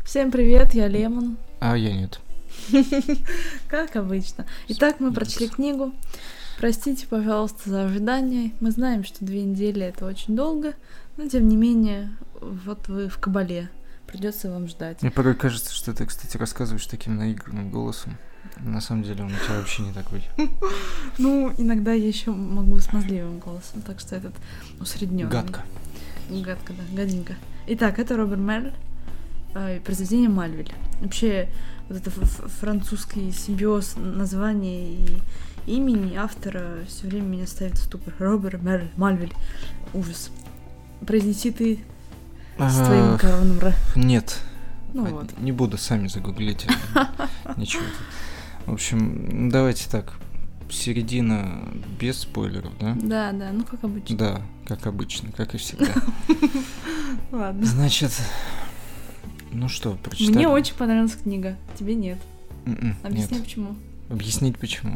Всем привет, я Лемон. А я нет. Как обычно. Итак, мы прочли книгу. Простите, пожалуйста, за ожидание. Мы знаем, что 2 недели это очень долго, но тем не менее, вот вы в кабале. Придется вам ждать. Мне порой кажется, что ты, кстати, рассказываешь таким наигранным голосом. На самом деле он у тебя вообще не такой. Ну, иногда я еще могу смазливым голосом, так что этот усредненный. Гадко. Гадко, да, гаденько. Итак, это Робер Мерль, произведение Мальвиль. Вообще, вот это французский симбиоз названия и имени автора все время меня ставит в ступор. Робер Мерль, Мальвиль. Ужас. Произнеси ты с твоим коронным Р. Нет. Ну вот. Не буду, сами загуглите. Ничего. В общем, давайте так. Середина без спойлеров, да? Да, ну как обычно. Да, как обычно, как и всегда. Ладно. Значит, ну что, прочитали? Мне очень понравилась книга, тебе нет. Объясни, нет. почему. Объяснить почему.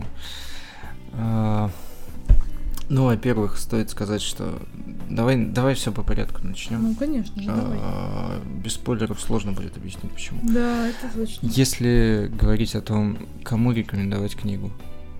Ну, во-первых, стоит сказать, что давай все по порядку начнем. Ну, конечно же, давай. Без спойлеров сложно будет объяснить, почему. Да, это точно. Если говорить о том, кому рекомендовать книгу.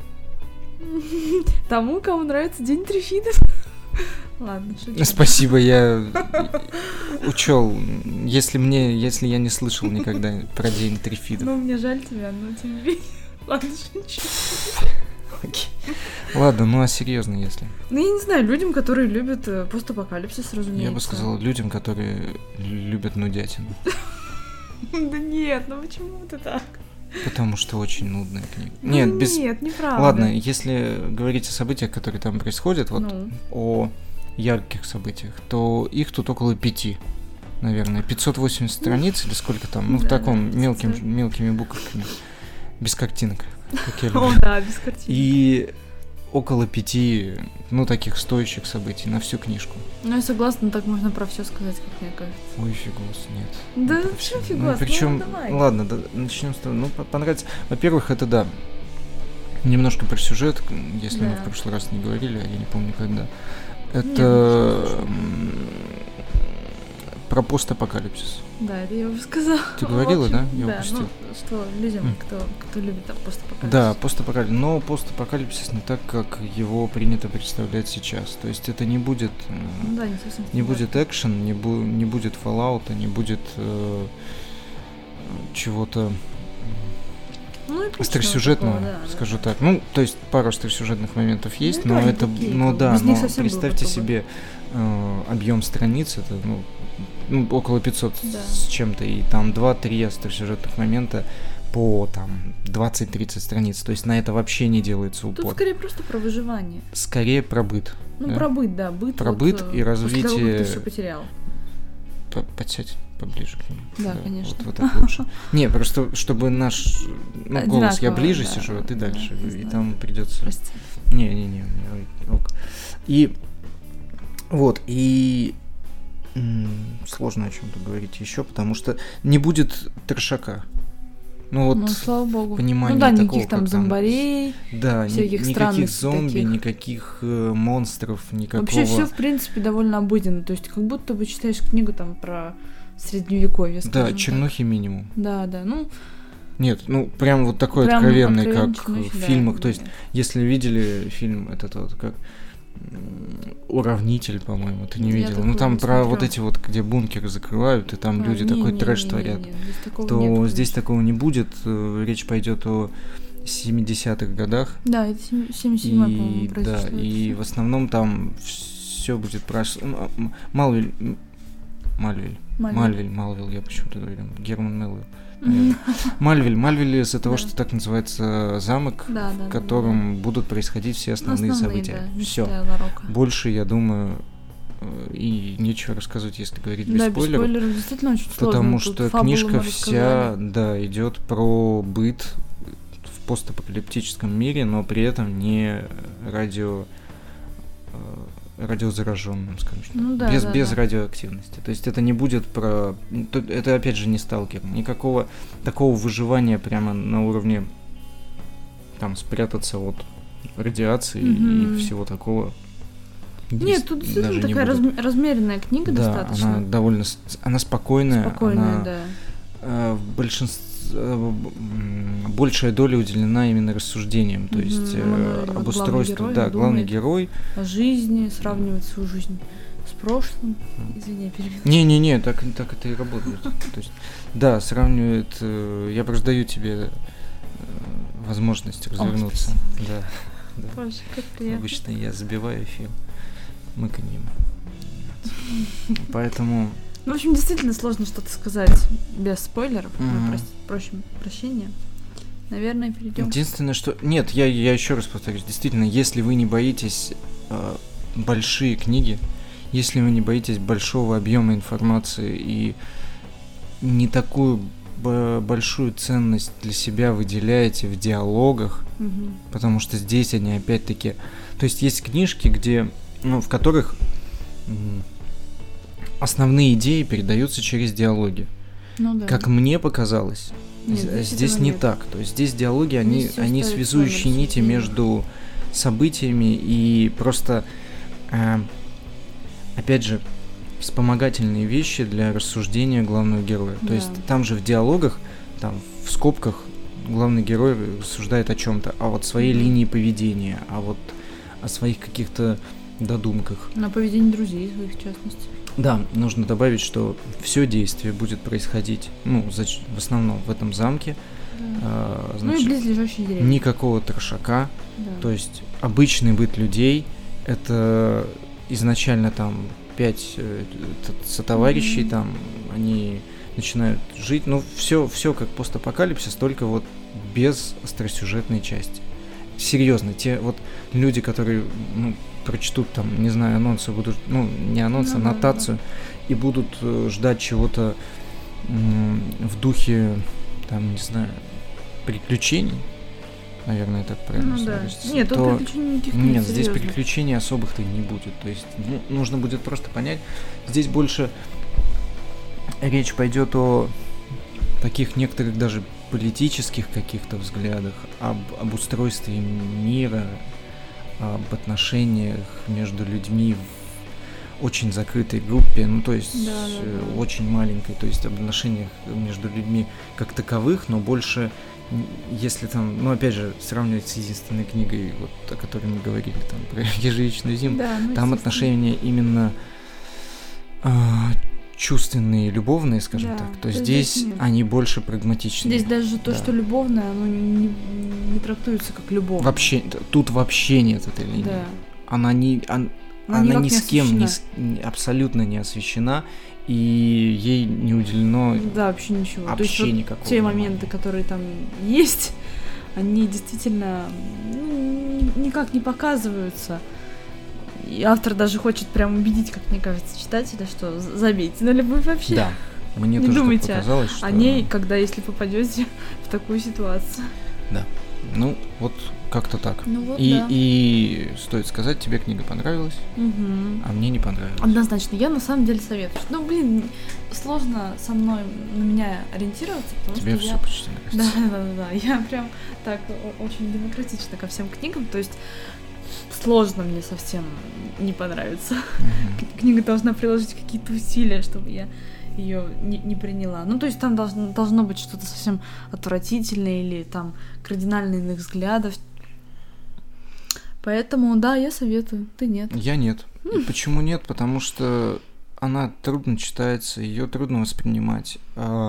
Тому, кому нравится День Трифидов. Ладно, шучу. Спасибо, я учел. Если я не слышал никогда про День Трифидов. Ну, мне жаль тебя, но тем не менее. Ладно, шучу. Окей. Ладно, ну а серьезно, если? Ну, я не знаю, людям, которые любят постапокалипсис, разумеется. Я бы сказал, людям, которые любят нудятину. Да нет, ну почему ты так? Потому что очень нудная книга. Нет, неправда. Ладно, если говорить о событиях, которые там происходят, вот о ярких событиях, то их тут около 5, наверное. 580 страниц или сколько там, ну, в таком мелкими буковками. Без картинок, как я люблю. О, да, без картинок. И около 5, ну, таких стоящих событий на всю книжку. Ну, я согласна, так можно про все сказать, как мне кажется. Ой, фигос, нет. Да, почему фигос? Ну, причем, давай. ладно, начнем с того. Ну, понравится. Во-первых, это да. Немножко про сюжет, если мы в прошлый раз не говорили, я не помню когда. Это про постапокалипсис. Да, это я уже сказала. Ты говорила, да? Я упустил. Ну, что людям, кто любит там постапокалипсис. Да, постапокалипсис. Но постапокалипсис не так, как его принято представлять сейчас. То есть это не будет... Да, не совсем. Не будет экшен, не будет Fallout, не будет чего-то остросюжетного, скажу так. Ну, то есть пару остросюжетных моментов есть, но это... Ну да, но представьте себе объем страниц, это, около 500 с чем-то, и там 2-3 остросюжетных момента по там 20-30 страниц. То есть на это вообще не делается упор. Тут скорее просто про выживание. Скорее про быт. Ну, да? Про быт, да. Про быт и развитие... После того, как ты все потерял. Подсядь поближе к нему. Да, конечно. Вот так лучше. Не, просто чтобы наш голос, я ближе сижу, а ты дальше. И там придется. Прости. Не. И вот, и сложно о чем-то говорить еще, потому что не будет трешака. Ну, слава богу. Понимание такого, никаких там зомбарей, да, всяких никаких зомби, таких. Никаких монстров, никакого... Вообще все в принципе, довольно обыденно. То есть как будто бы читаешь книгу там про средневековье, да, чернухи минимум. Да, Нет, прям вот такой прям откровенный, как чернухи, в фильмах. Да, то есть, если видели фильм этот вот, как «Уравнитель», по-моему, ты не видела. Ну, там про вот эти вот, где бункеры закрывают, и там люди такой трэш творят. То здесь такого не будет. Речь пойдет о 70-х годах. Да, это 77-й, по-моему, да, и в основном там все будет про... Мальвиль, я почему-то говорю. Герман Мелвилл. Мальвиль из-за того, что так называется замок, в котором будут происходить все основные события. Все. Больше, я думаю, и нечего рассказывать, если говорить без спойлеров. Без спойлеров действительно очень сложно. Потому что книжка вся, идет про быт в постапокалиптическом мире, но при этом не радиозараженным, скажем так. Без радиоактивности. То есть это не будет про... Это, опять же, не сталкер. Никакого такого выживания прямо на уровне там спрятаться от радиации и всего такого. Нет, тут действительно такая размеренная книга достаточно. Она довольно... Она спокойная. Спокойная, да. большая доля уделена именно рассуждениям, то есть об устройстве, главный герой. О жизни, сравнивает свою жизнь с прошлым. Извини, я перебила. Не, так это и работает. То есть, да, сравнивает. Я просто даю тебе возможность развернуться. Да. Боже, как приятно. Обычно я забиваю эфир мыканьем. Поэтому. В общем, действительно сложно что-то сказать без спойлеров. Просим прощения. Наверное, перейдем. Единственное, что... Нет, я еще раз повторюсь. Действительно, если вы не боитесь большие книги, если вы не боитесь большого объема информации и не такую большую ценность для себя выделяете в диалогах, потому что здесь они опять-таки... То есть книжки, где, в которых основные идеи передаются через диалоги. Как мне показалось, здесь не так. То есть здесь диалоги, они связующие нити между событиями и просто, опять же, вспомогательные вещи для рассуждения главного героя. То есть там же в диалогах, там в скобках главный герой рассуждает о чем-то, о вот своей линии поведения, а вот о своих каких-то додумках. На поведении друзей своих, в частности. Да, нужно добавить, что все действие будет происходить, в основном в этом замке. Да. Значит, и близлежащие деревни. Никакого трешака. Да. То есть обычный быт людей. Это изначально там 5 сотоварищей, там они начинают жить. Все как постапокалипсис, только вот без остросюжетной части. Серьезно, те вот люди, которые прочтут там, не знаю, анонсы, будут, не анонсы, а аннотацию, и будут ждать чего-то в духе, там, не знаю, приключений, наверное, так правильно сказать. Нет, тут приключений никаких нет. Нет, здесь приключений особых-то и не будет. То есть нужно будет просто понять, здесь больше речь пойдет о таких некоторых даже политических каких-то взглядах, об устройстве мира, об отношениях между людьми в очень закрытой группе, то есть очень маленькой, то есть об отношениях между людьми как таковых, но больше, если там, опять же, сравнивать с единственной книгой, вот, о которой мы говорили, там, про ежевичную зиму, там отношения именно чувственные, любовные, скажем так, то здесь они больше прагматичные. Здесь даже то, что любовное, оно не трактуется как любовь. Вообще, тут вообще нет этой линии. Да. Она ни с кем абсолютно не освещена, и ей не уделено вообще ничего. Вообще то есть никакого. Вот те моменты, которые там есть, они действительно никак не показываются. И автор даже хочет прям убедить, как мне кажется, читателя, что забейте на любовь вообще. Да, мне не тоже думайте так показалось, что... о ней, если попадете в такую ситуацию. Да, вот как-то так. И стоит сказать, тебе книга понравилась, а мне не понравилась. Однозначно, я на самом деле советую. Сложно со мной на меня ориентироваться, потому тебе что все почти нравится. Да, я прям так очень демократична ко всем книгам, то есть сложно мне совсем не понравится. Книга должна приложить какие-то усилия, чтобы я ее не приняла. То есть там должно быть что-то совсем отвратительное или там кардинально иных взглядов. Поэтому, да, я советую. Ты нет. Я нет. И почему нет? Потому что она трудно читается, ее трудно воспринимать.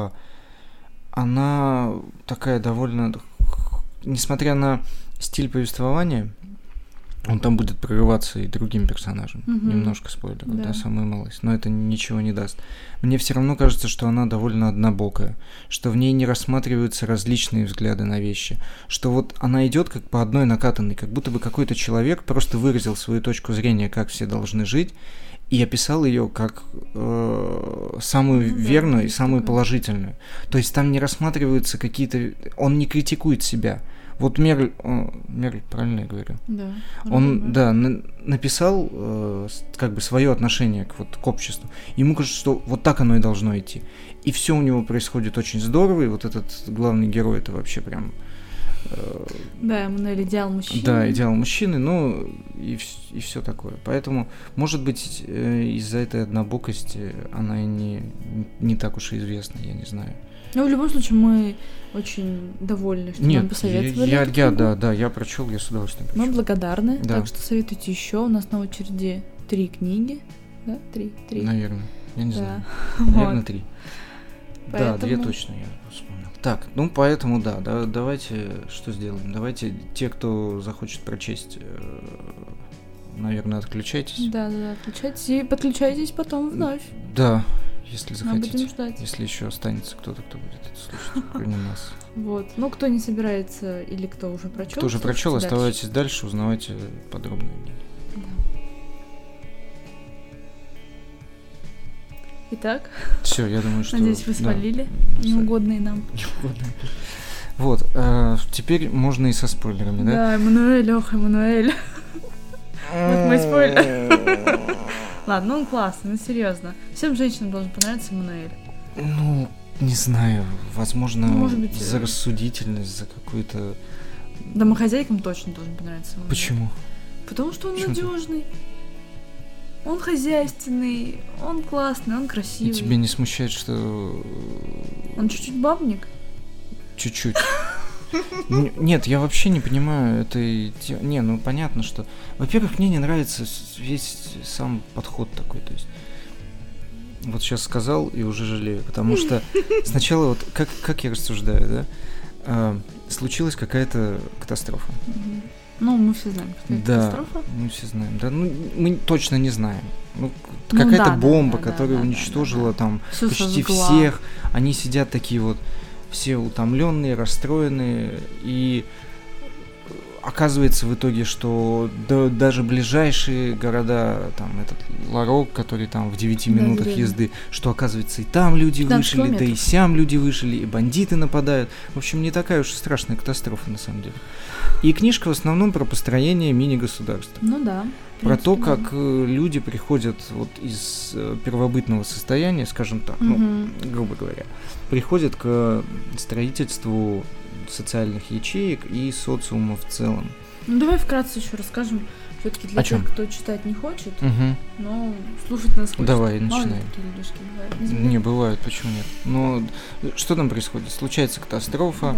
Она такая довольно... Несмотря на стиль повествования, он там будет прорываться и другим персонажам. Немножко спойлеров, да, самую малость. Но это ничего не даст. Мне все равно кажется, что она довольно однобокая, что в ней не рассматриваются различные взгляды на вещи, что вот она идет как по одной накатанной, как будто бы какой-то человек просто выразил свою точку зрения, как все должны жить, и описал ее как самую верную и самую положительную. То есть там не рассматриваются какие-то... Он не критикует себя. Вот Мерль, правильно я говорю? Да. Он, написал как бы свое отношение к обществу. Ему кажется, что вот так оно и должно идти. И все у него происходит очень здорово, и вот этот главный герой, это вообще прям Да, Эммануэль идеал мужчины. Да, идеал мужчины, ну и все такое. Поэтому, может быть, из-за этой однобокости она и не так уж и известна, я не знаю. Ну, в любом случае, мы очень довольны, что нам посоветовали. Я прочел, я с удовольствием прочел. Мы благодарны, так что советуйте еще. У нас на очереди 3 книги. Да, 3. Наверное, я не знаю. Наверное, 3. Да, 2 точно я вспомнил. Так, ну поэтому давайте что сделаем? Давайте те, кто захочет прочесть, наверное, отключайтесь. Да, отключайтесь и подключайтесь потом вновь. Да, если захотите. Будем ждать. Если еще останется кто-то, кто будет это слушать, кроме нас. Вот. Ну, кто не собирается или кто уже прочел. Кто уже прочел, оставайтесь дальше, узнавайте подробно. Да. Итак. Все, я думаю, что. Надеюсь, вы свалили неугодные нам. Неугодные. Вот, теперь можно и со спойлерами, да? Да, Эммануэль. Вот мой спойлер. Ладно, он классный, ну серьезно. Всем женщинам должен понравиться Эммануэль. Ну, не знаю, возможно, может быть, за рассудительность, за какую-то... Домохозяйкам точно должен понравиться Эммануэль. Почему? Потому что он надежный. Он хозяйственный, он классный, он красивый. И тебя не смущает, что... Он чуть-чуть бабник? Чуть-чуть. Нет, я вообще не понимаю этой... Не, ну понятно, что... Во-первых, мне не нравится весь сам подход такой, то есть... Вот сейчас сказал и уже жалею, потому что сначала вот, как я рассуждаю, да, случилась какая-то катастрофа. Ну, мы все знаем, что это катастрофа. Да, мы все знаем, да, ну, мы точно не знаем. Ну, какая-то бомба, которая уничтожила там почти всех, они сидят такие вот, все утомленные, расстроенные, и оказывается в итоге, что даже ближайшие города, там этот Ларок, который там в 9 минутах езды, что оказывается и там люди вышли, да и сям люди вышли, и бандиты нападают. В общем, не такая уж и страшная катастрофа на самом деле. И книжка в основном про построение мини-государства. Ну да. Про то, как люди приходят вот из первобытного состояния, скажем так, ну, грубо говоря, приходят к строительству социальных ячеек и социума в целом. Ну давай вкратце еще расскажем, все-таки для тех, кто читать не хочет, но слушать нас хочет. Давай, начинаем. Такие людишки бывают. Не бывают, почему нет? Но что там происходит? Случается катастрофа.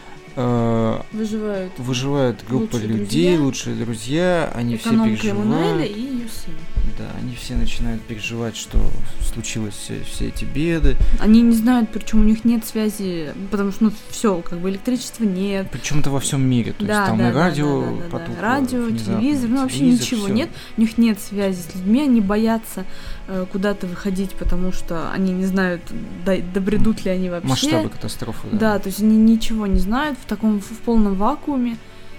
Да. Выживают группа людей, лучшие друзья, они все переживают. Эммануэля и ее сын. Да, они все начинают переживать, что случилось все эти беды. Они не знают, причем у них нет связи, потому что, ну, все, как бы электричества нет. Причем это во всем мире, то есть там и радио потухло. Радио, телевизор, ну вообще ничего всё. Нет, у них нет связи с людьми, они боятся куда-то выходить, потому что они не знают, добредут ли они вообще. Масштабы катастрофы, да. Да, то есть они ничего не знают в полном вакууме,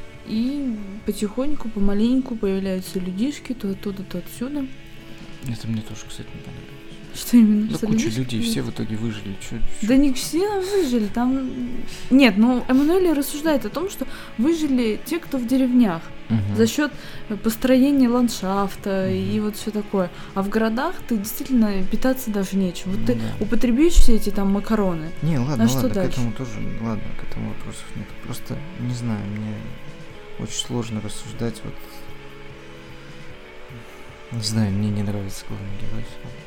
и потихоньку, помаленьку появляются людишки, то оттуда, то отсюда. Это мне тоже, кстати, не понравилось. Что именно? Да куча людей, все в итоге выжили. Да не все выжили, там... Нет, ну Эммануэль рассуждает о том, что выжили те, кто в деревнях, за счет построения ландшафта и вот все такое. А в городах ты действительно питаться даже нечем. Вот ты употребишь все эти там макароны. Не, ладно, что дальше? К этому тоже, ладно, к этому вопросов нет. Просто, не знаю, мне очень сложно рассуждать вот... Не знаю, мне не нравится главный герой.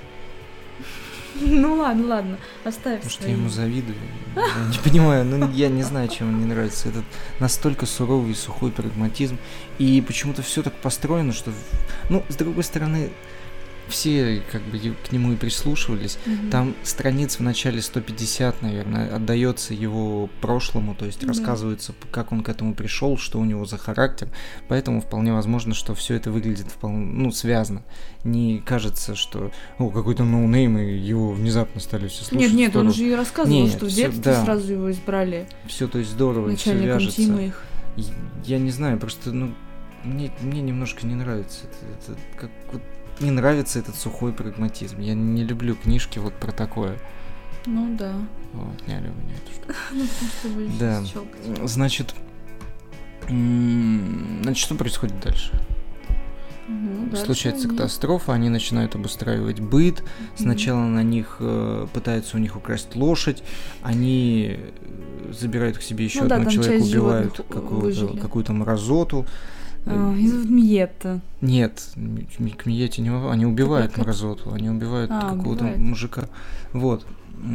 Ну ладно, оставь. Может, я ему завидую? Я не понимаю, ну я не знаю, чем он мне нравится. Этот настолько суровый и сухой прагматизм. И почему-то все так построено, что... Ну, с другой стороны, все как бы к нему и прислушивались. Там страниц в начале 150, наверное, отдается его прошлому, то есть рассказывается, как он к этому пришел, что у него за характер. Поэтому вполне возможно, что все это выглядит вполне, связано. Не кажется, что какой-то ноунейм, и его внезапно стали все слушать. Нет, он же и рассказывал, что в детстве сразу его избрали. Все, то есть здорово, все вяжется. Их. Я не знаю, просто, мне немножко не нравится это как вот. Не нравится этот сухой прагматизм. Я не люблю книжки вот про такое. Ну да. Вот, не люблю эту штуку. Да. Значит, что происходит дальше? Случается катастрофа, они начинают обустраивать быт. Сначала на них пытаются у них украсть лошадь, они забирают к себе еще одного человека, убивают какую-то мразоту. Их зовут Миетта. Нет, к Миете не они убивают мразоту, они убивают какого-то мужика. Вот.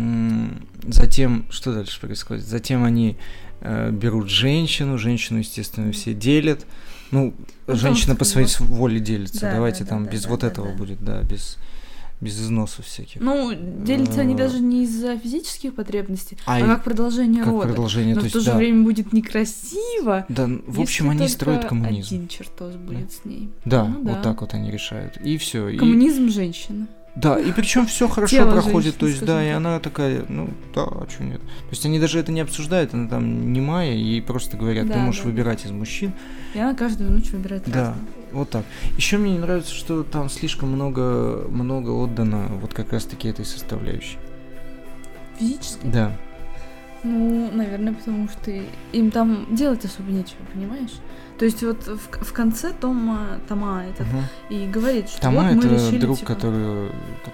Затем, что дальше происходит? Затем они берут женщину, естественно, все делят. Ну, женщина по своей воле делится. Давайте без этого будет, без износов всяких. Ну, делятся они даже не из-за физических потребностей, а как продолжение рода. Но в то же время будет некрасиво. Да, в общем, они строят коммунизм. Один чертос будет с ней. Да, вот так вот они решают. И все. Коммунизм женщины. Да, и причем все хорошо проходит, то есть, и она такая, а что нет. То есть они даже это не обсуждают, она там немая, и просто говорят, ты можешь выбирать из мужчин. И она каждую ночь выбирает разных. Да, вот так. Еще мне не нравится, что там слишком много отдано вот как раз-таки этой составляющей. Физически? Да. Ну, наверное, потому что им там делать особо нечего, понимаешь? То есть вот в конце Тома этот и говорит, что Тома вот мы это решили, друг, который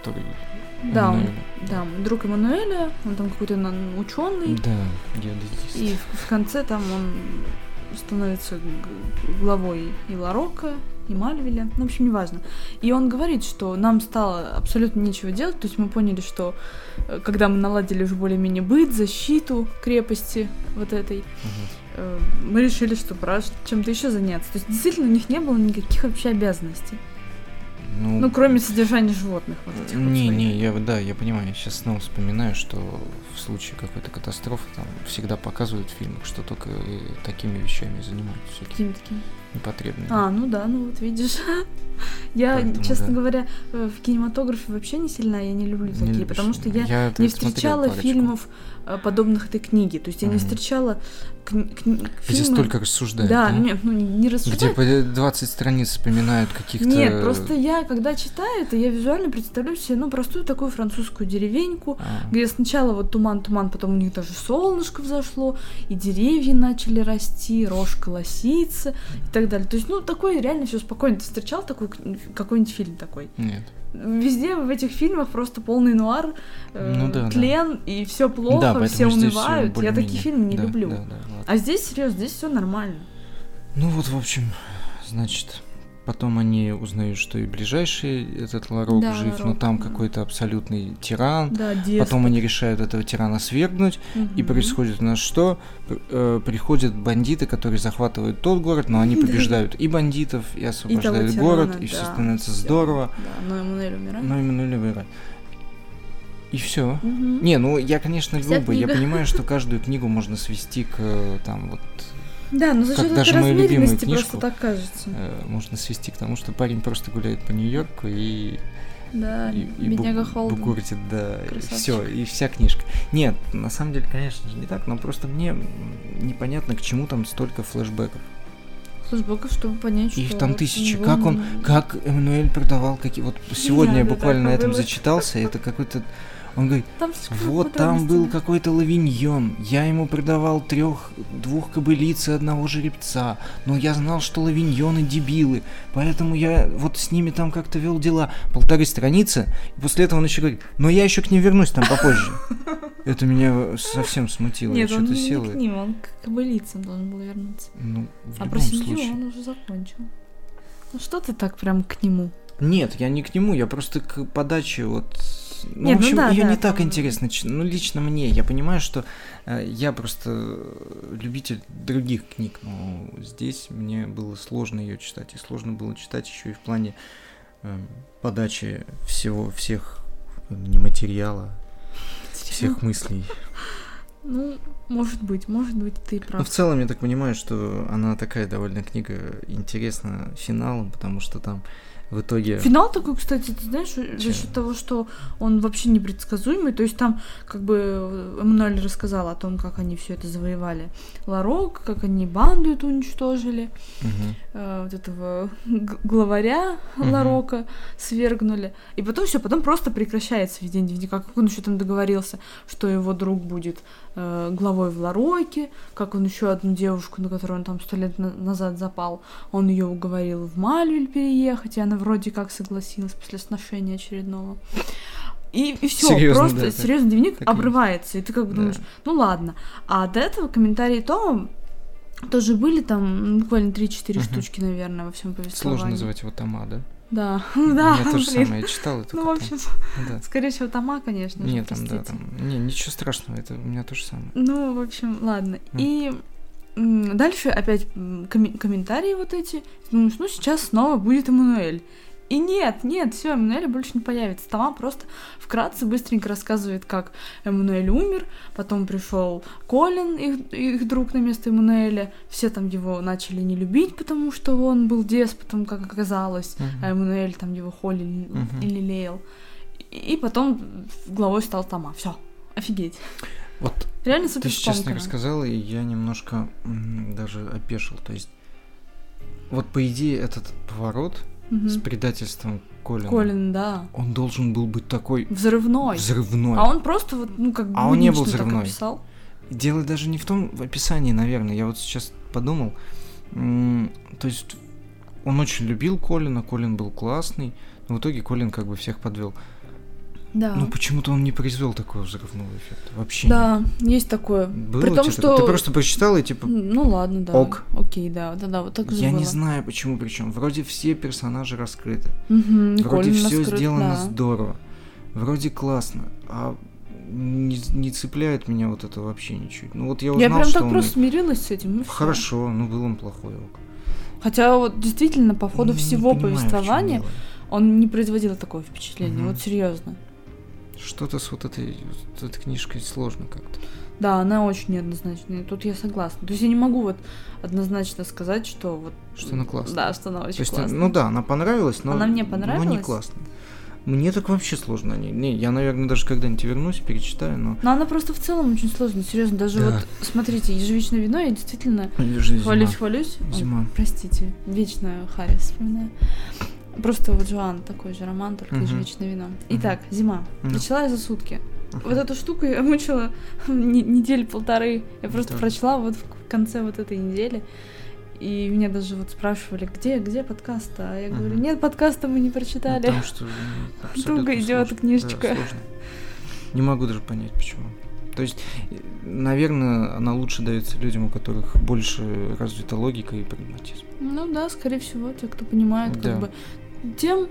да, друг Эммануэля, он там какой-то ученый. Да, геодезист. И в конце там он становится главой и Ларока, и Мальвиля, в общем, неважно. И он говорит, что нам стало абсолютно нечего делать, то есть мы поняли, что когда мы наладили уже более-менее быт, защиту крепости вот этой, мы решили, что пора чем-то еще заняться. То есть действительно у них не было никаких вообще обязанностей. Ну, кроме содержания животных. Вот этих я понимаю, я сейчас снова вспоминаю, что в случае какой-то катастрофы там всегда показывают в фильмах, что только такими вещами занимаются. Какими такими? Непотребными. Вот видишь. Я, честно говоря, в кинематографе вообще не сильна, я не люблю такие, потому что я не встречала фильмов, подобных этой книге. То есть я не встречала фильмы... Где столько рассуждают. Да, нет, не рассуждают. Где по 20 страниц вспоминают каких-то... Нет, просто я, когда читаю это, я визуально представляю себе, простую такую французскую деревеньку, где сначала вот туман, потом у них даже солнышко взошло, и деревья начали расти, рожь колосится и так далее. То есть, такое реально все спокойно. Ты встречал какой-нибудь фильм такой? Нет. Везде в этих фильмах просто полный нуар, тлен, и все плохо, все унывают. Я такие фильмы не люблю. А здесь, серьезно, здесь все нормально. В общем, значит, потом они узнают, что и ближайший этот Ларок жив, но там какой-то абсолютный тиран. Да, потом они решают этого тирана свергнуть, и происходит у нас что? Приходят бандиты, которые захватывают тот город, но они побеждают и бандитов, и освобождают город, и все становится здорово. Да, но Эммануэль умирает. И все. Я, конечно, грубый. Я понимаю, что каждую книгу можно свести к Да, но за счет этой размеренности просто так кажется. Можно свести к тому, что парень просто гуляет по Нью-Йорку и бедняга Холден. Бугуртит, и все, и вся книжка. Нет, на самом деле, конечно же, не так, но просто мне непонятно, к чему там столько флешбеков. Чтобы понять, что... Их там тысячи. Как Эммануэль продавал вот сегодня я буквально на этом зачитался, это какой-то... Он говорит, там был какой-то лавиньон, я ему продавал 2 кобылиц и 1 жеребца, но я знал, что лавиньоны дебилы, поэтому я вот с ними там как-то вел дела. 1,5 страницы, и после этого он еще говорит, но я еще к ним вернусь там попозже. Это меня совсем смутило. Нет, он не к ним, он к кобылицам должен был вернуться. А про семью он уже закончил. Что ты так прям к нему? Нет, я не к нему, я просто к подаче в общем, ее не так интересно, лично мне. Я понимаю, что я просто любитель других книг, но здесь мне было сложно ее читать, и сложно было читать еще и в плане подачи всех материала, всех мыслей. Может быть, ты прав. Но в целом, я так понимаю, что она такая довольно книга интересна финалом, потому что там в итоге... Финал такой, кстати, ты знаешь, за счет того, что он вообще непредсказуемый, то есть там как бы Эммануэль рассказал о том, как они все это завоевали. Ларок, как они банду эту уничтожили, вот этого главаря Ларока свергнули, и потом все, потом просто прекращается ведение дневника, как он еще там договорился, что его друг будет главой в Лароке, как он еще одну девушку, на которую он там 100 лет назад запал, он ее уговорил в Мальвиль переехать, и она вроде как согласилась после сношения очередного. И все, просто да, серьезный дневник обрывается, и ты как бы думаешь, ну ладно. А до этого комментарии Тома тоже были там буквально 3-4 штучки, наверное, во всем повествовании. Сложно называть его Тома, да? Да, да. Я тоже самое, я читал это. Ну, в общем, скорее всего, Тома, конечно. Нет, там, да, там. Не, ничего страшного, это у меня то же самое. Ну, в общем, ладно. И дальше опять комментарии вот эти. Думаешь, ну, сейчас снова будет Эммануэль. И нет, все, Эммануэля больше не появится. Тома просто вкратце быстренько рассказывает, как Эммануэль умер, потом пришел Колин, их друг, на место Эммануэля. Все там его начали не любить, потому что он был деспотом, как оказалось, а Эммануэль там его холил и лелеял. И потом главой стал Тома. Все, офигеть. Вот реально супер. Ты сейчас мне рассказала, и я немножко даже опешил. То есть, вот по идее этот поворот с предательством Колина, да. Он должен был быть такой... Взрывной. А он просто вот, ну, как бы он не был взрывной. Описал. Дело даже не в том, в описании, наверное. Я вот сейчас подумал. То есть, он очень любил Колина, Колин был классный, но в итоге Колин как бы всех подвел. Да. Ну, почему-то он не произвел такого взрывного эффекта. Вообще да, нет. Есть такое. Было при том, что... Ты просто прочитала и типа... Ну, ладно, да. Ок. Окей, да, вот так же Я было. не знаю, почему, причем. Вроде все персонажи раскрыты. Колин Вроде все раскрыт, сделано да. здорово. Вроде классно. А не цепляет меня вот это вообще ничуть. Ну, вот я узнал, я прям что так просто смирилась с этим. Хорошо, ну был он плохой. Ок. Хотя вот действительно по ходу всего понимаю, повествования он не производил такого впечатления. Вот серьезно. Что-то с вот этой книжкой сложно как-то. Да, она очень неоднозначная. Тут я согласна. То есть я не могу вот однозначно сказать, что вот... Что она классная. Да, что она очень классная. Ну да, она понравилась, но... Она мне понравилась. Но не классная. Мне так вообще сложно. Не, я, наверное, даже когда-нибудь вернусь, перечитаю, но... Но она просто в целом очень сложная, серьезно. Даже да. Вот, смотрите, «Ежевичное вино» я действительно хвалюсь. Зима. Простите, вечно Харри вспоминаю. Просто вот Джоан такой же роман, только «Ежевичное вино». Итак, «Зима». Начала я за сутки. Вот эту штуку я мучила недели полторы. Я просто прочла вот в конце вот этой недели. И меня даже вот спрашивали, где подкаст-то? А я говорю, нет, подкаста мы не прочитали. Потому что долго идет книжечка. Да, сложно. Не могу даже понять, почему. То есть, наверное, она лучше дается людям, у которых больше развита логика и прагматизм. Ну да, скорее всего, те, кто понимает, как бы тем,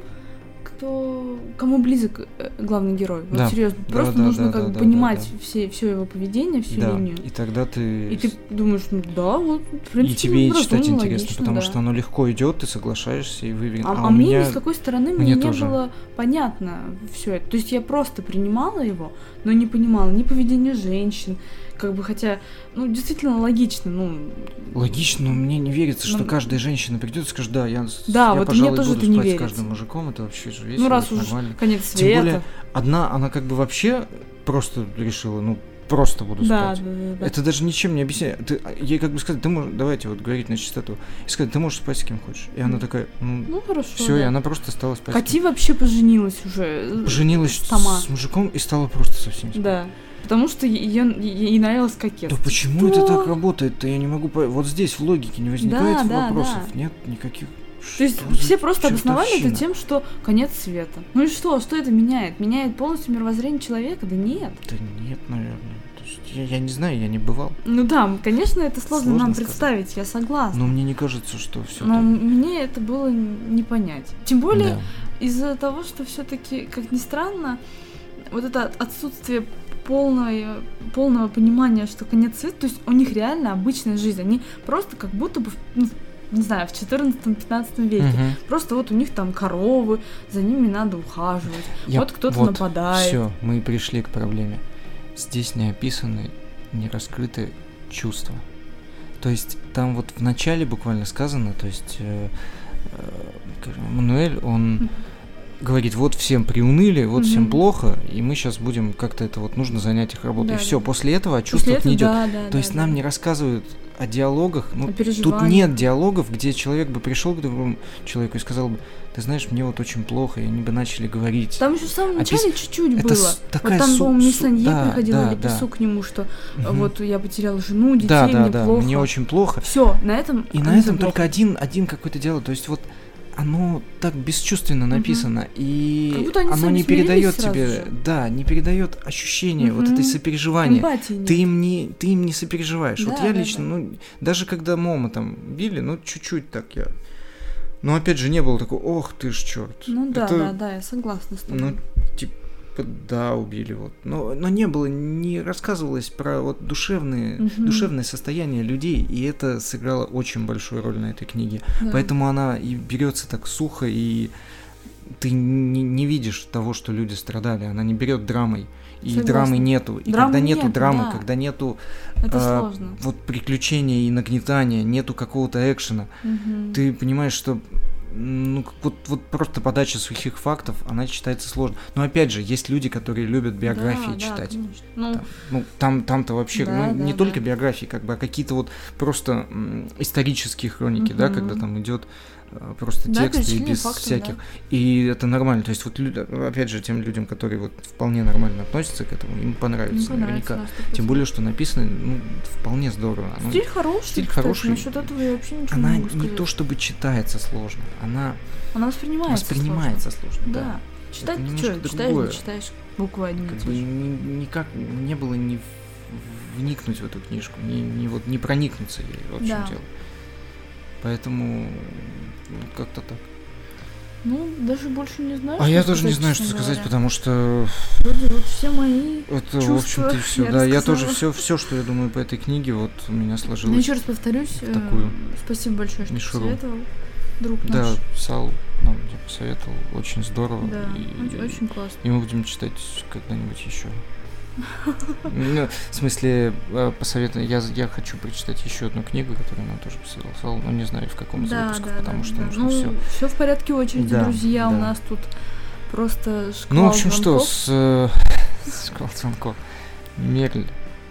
кому близок главный герой. Вот серьезно, просто нужно как бы понимать все его поведение, всю линию. И тогда ты... И ты думаешь, ну да, вот, в принципе, и тебе и читать интересно, логично, потому что оно легко идет, ты соглашаешься и выверен. А мне ни с какой стороны мне не было понятно все это. То есть я просто принимала его, но не понимала ни поведения женщин, как бы, хотя, ну, действительно логично, Логично, но мне не верится, что каждая женщина придет и скажет, да, я вот пожалуй, тоже буду не спать верится. с каждым мужиком, это вообще же весело, раз уж нормально. Конец света. Тем более, одна, она как бы вообще просто решила, просто буду спать. Да. Это даже ничем не объясняет. Ей как бы сказать, ты можешь, давайте вот говорить на чистоту, и сказать, ты можешь спать с кем хочешь. И она такая, хорошо. Все, и она просто стала спать. Кати вообще поженилась уже. Поженилась сама с мужиком и стала просто совсем спать. Да. Потому что ей нравилось кокетство. Да почему это так работает-то? Я не могу понять. Вот здесь в логике не возникает вопросов. Да. Нет никаких. То есть все просто обосновали это тем, что конец света. Ну и что? Что это меняет? Меняет полностью мировоззрение человека? Да нет. Да нет, наверное. То есть я не знаю, я не бывал. Ну да, конечно, это сложно нам представить, я согласна. Но мне не кажется, что все. Но мне это было не понять. Тем более из-за того, что все-таки, как ни странно, вот это отсутствие полного понимания, что конец света, то есть у них реально обычная жизнь, они просто как будто бы, не знаю, в 14-15 веке, просто вот у них там коровы, за ними надо ухаживать, вот кто-то нападает. Все, мы пришли к проблеме. Здесь не описаны, не раскрыты чувства. То есть там вот в начале буквально сказано, то есть Мануэль, он говорит, вот всем приуныли, вот всем плохо, и мы сейчас будем как-то это вот нужно занять их работой. И все, после этого о чувствах не идет. То есть нам не рассказывают о диалогах. Ну, тут нет диалогов, где человек бы пришел к другому человеку и сказал бы, ты знаешь, мне вот очень плохо, и они бы начали говорить. Там еще в самом начале чуть-чуть было. Вот там, по-моему, мисс Санье приходила, или пису к нему, что вот я потеряла жену, детей, мне плохо. Мне очень плохо. Все, на этом. И на этом только один какой-то диалог. То есть вот оно так бесчувственно написано, и оно не передает тебе, не передает ощущения вот этой сопереживания. Ты им не сопереживаешь. Вот я лично, даже когда Момо там били, чуть-чуть так я. Но опять же не было такого, ох ты ж черт. Я согласна с тобой. Убили вот. Но не было, не рассказывалось про вот душевное состояние людей, и это сыграло очень большую роль на этой книге. Да. Поэтому она и берется так сухо, и ты не видишь того, что люди страдали. Она не берет драмой. И драмы нету. И когда нету драмы, когда нету вот приключения и нагнетания, нету какого-то экшена, ты понимаешь, что вот просто подача сухих фактов, она читается сложно. Но опять же, есть люди, которые любят биографии читать. Там-то вообще, не только биографии, как бы, а какие-то вот просто исторические хроники, когда там идет просто тексты без всяких. И это нормально. То есть вот опять же, тем людям, которые вот вполне нормально относятся к этому, им понравится наверняка. Тем более, что написано вполне здорово. Стиль хороший. Насчет этого я вообще ничего не могу сказать. Не то чтобы читается сложно, она воспринимается сложно. Да. Читать ты что? Читаешь буквы одни. Как бы никак не было ни вникнуть в эту книжку, не проникнуться ей, в общем дело. Поэтому как-то так. Даже больше не знаю. А я тоже не знаю, что сказать, потому что вроде вот все мои это, чувства, в общем-то, и все. Да, я тоже все, что я думаю по этой книге, вот у меня сложилось. Еще раз повторюсь, спасибо большое, что посоветовал, друг наш. Да, Сал нам посоветовал, очень здорово. Да, очень классно. И мы будем читать когда-нибудь еще. В смысле, посоветую, я хочу прочитать еще одну книгу, которую нам тоже посоветовал, но не знаю в каком из выпусков, потому что нужно все. Все в порядке очереди, друзья, у нас тут просто шквал звонков. Ну, в общем, что, шквал звонков. Мерль.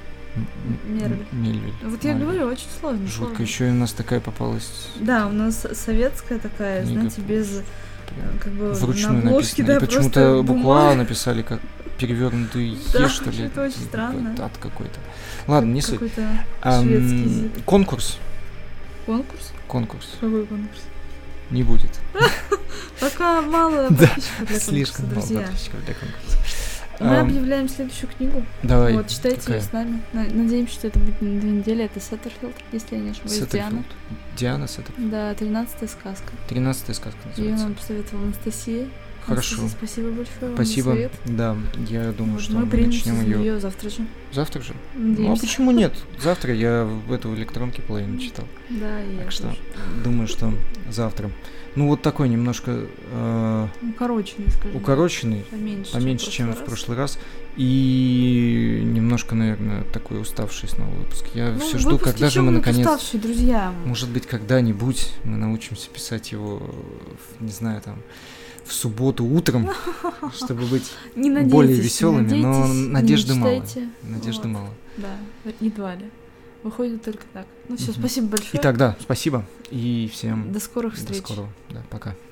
Вот я говорю, очень сложно. Жутко, еще и у нас такая попалась. Да, у нас советская такая, знаете, без как бы вручную написано. И почему-то букву А написали как перевернутую Е, что ли. Это очень странно. Ад какой-то. Ладно, не суть. Шведский язык. Конкурс. Конкурс? Конкурс. Какой конкурс? Не будет. Пока мало подписчиков для конкурса, слишком мало подписчиков для конкурса. Мы объявляем следующую книгу. Давай. Вот, читайте ее с нами. Надеемся, что это будет на 2 недели. Это Сеттерфилд, если я не ошибаюсь. Диана. Диана Сеттерфилд. Да, 13-я сказка. 13-я сказка называется. Ее нам посоветовала Анастасия. Хорошо. Спасибо большое. Спасибо. Да, я думаю, что мы начнем ее завтра же. Завтра же? Надеемся. Ну а почему нет? Завтра я в эту электронке половину читал. Да, и я так что тоже. Думаю, что завтра. Ну вот такой немножко укороченный, скажем. Укороченный, поменьше, чем в прошлый раз. И немножко, наверное, такой уставший снова выпуск. Я все жду, когда же мы наконец. Уставший, друзья. Может быть, когда-нибудь мы научимся писать его, не знаю, там. В субботу утром, чтобы быть более веселыми, но надежды мало. Надежды мало. Да, едва ли. Выходит только так. Ну все, спасибо большое. Итак, да, спасибо. И всем до скорых встреч. До скорого. Да, пока.